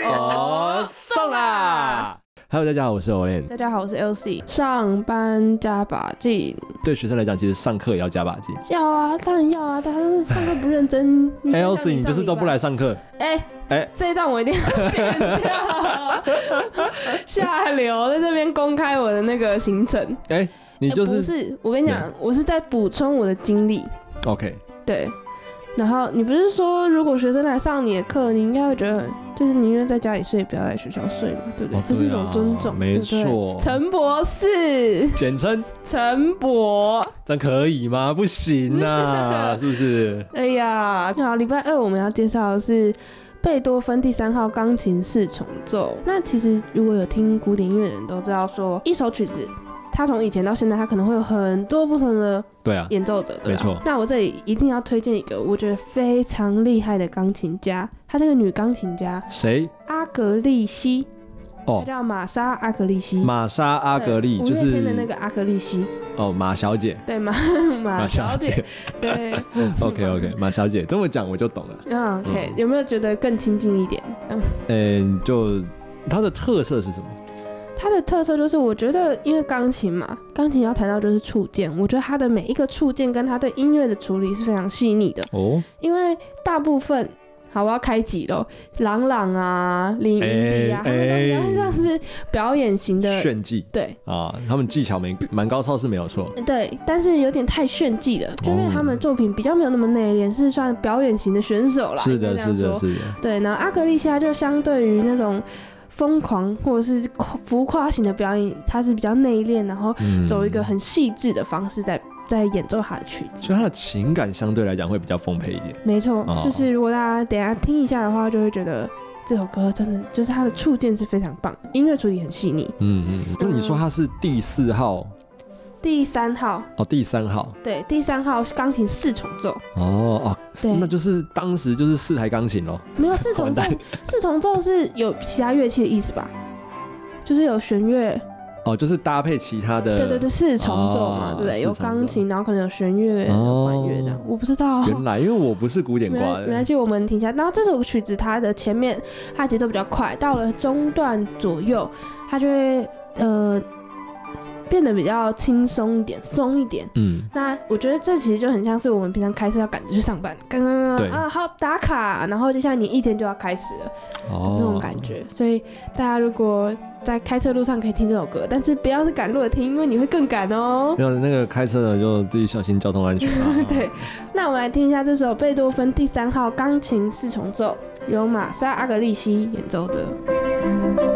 哦，送啦 ！Hello， 大家好，我是 Olen。 大家好，我是 LC。上班加把劲， 对学生来讲，其实上课也要加把劲。 要啊，当然要啊，大家上课不认真。 LC， 你就是都不来上课。 这一段我一定要剪掉。下流，在这边公开我的那个行程。 你就是、 不是？我跟你讲，我是在补充我的经历。 OK。 对。然后你不是说，如果学生来上你的课，你应该会觉得，就是宁愿在家里睡，不要来学校睡嘛，对不对？这是一种尊重， 没错。 陈博士，简称陈博， 这可以吗？不行啊，是不是？ 哎呀，好，礼拜二我们要介绍的是贝多芬第3号钢琴4重奏。那其实如果有听古典音乐的人都知道说，一首曲子它从以前到现在，它可能会有很多不同的演奏者，对啊，没错。那我这里一定要推荐一个我觉得非常厉害的钢琴家，她是个女钢琴家，谁？阿格丽西。她叫玛莎阿格丽西。玛莎阿格丽就是五月天的那个阿格丽西。马小姐。对，马小姐。对。 OK， 马小姐这么讲我就懂了。 OK， 有没有觉得更亲近一点？ 就它的特色是什么？ 它的特色就是，我觉得因为钢琴嘛，钢琴要谈到就是触键，我觉得它的每一个触键跟它对音乐的处理是非常细腻的。因为大部分，好，我要开集咯，郎朗啊、林云迪啊，他们都比较像是表演型的炫技。对啊，他们技巧蛮高超是没有错。对， 但是有点太炫技了，就因为他们作品比较没有那么内敛，是算表演型的选手啦。是的。对，然后阿格丽西亚就相对于那种疯狂或者是浮夸型的表演，它是比较内敛，然后走一个很细致的方式在演奏它的曲子， 所以它的情感相对来讲会比较丰沛一点。 没错，就是如果大家等一下听一下的话，就会觉得这首歌真的就是它的触键是非常棒，音乐处理很细腻。 那你说它是第4号？ 第3号。 第3号。对， 第3号钢琴4重奏。 那就是当时就是4台钢琴咯。没有 4重奏，4重奏是有其他乐器的意思吧？就是有弦乐。 就是搭配其他的。对，4重奏嘛，对不对？有钢琴，然后可能有弦乐、有管乐这样。我不知道。原来因为我不是古典挂的。没关系，我们听一下。然后这首曲子它的前面它节奏比较快，到了中段左右，它就会变得比较轻松一点、松一点。那我觉得这其实就很像是我们平常开车要赶着去上班，好打卡，然后接下来你一天就要开始了，那种感觉。所以大家如果在开车路上可以听这首歌，但是不要是赶路的听，因为你会更赶哦。没有那个开车的就自己小心交通安全啊。 对，那我们来听一下这首贝多芬第3号钢琴4重奏，由玛莎阿格丽西演奏的。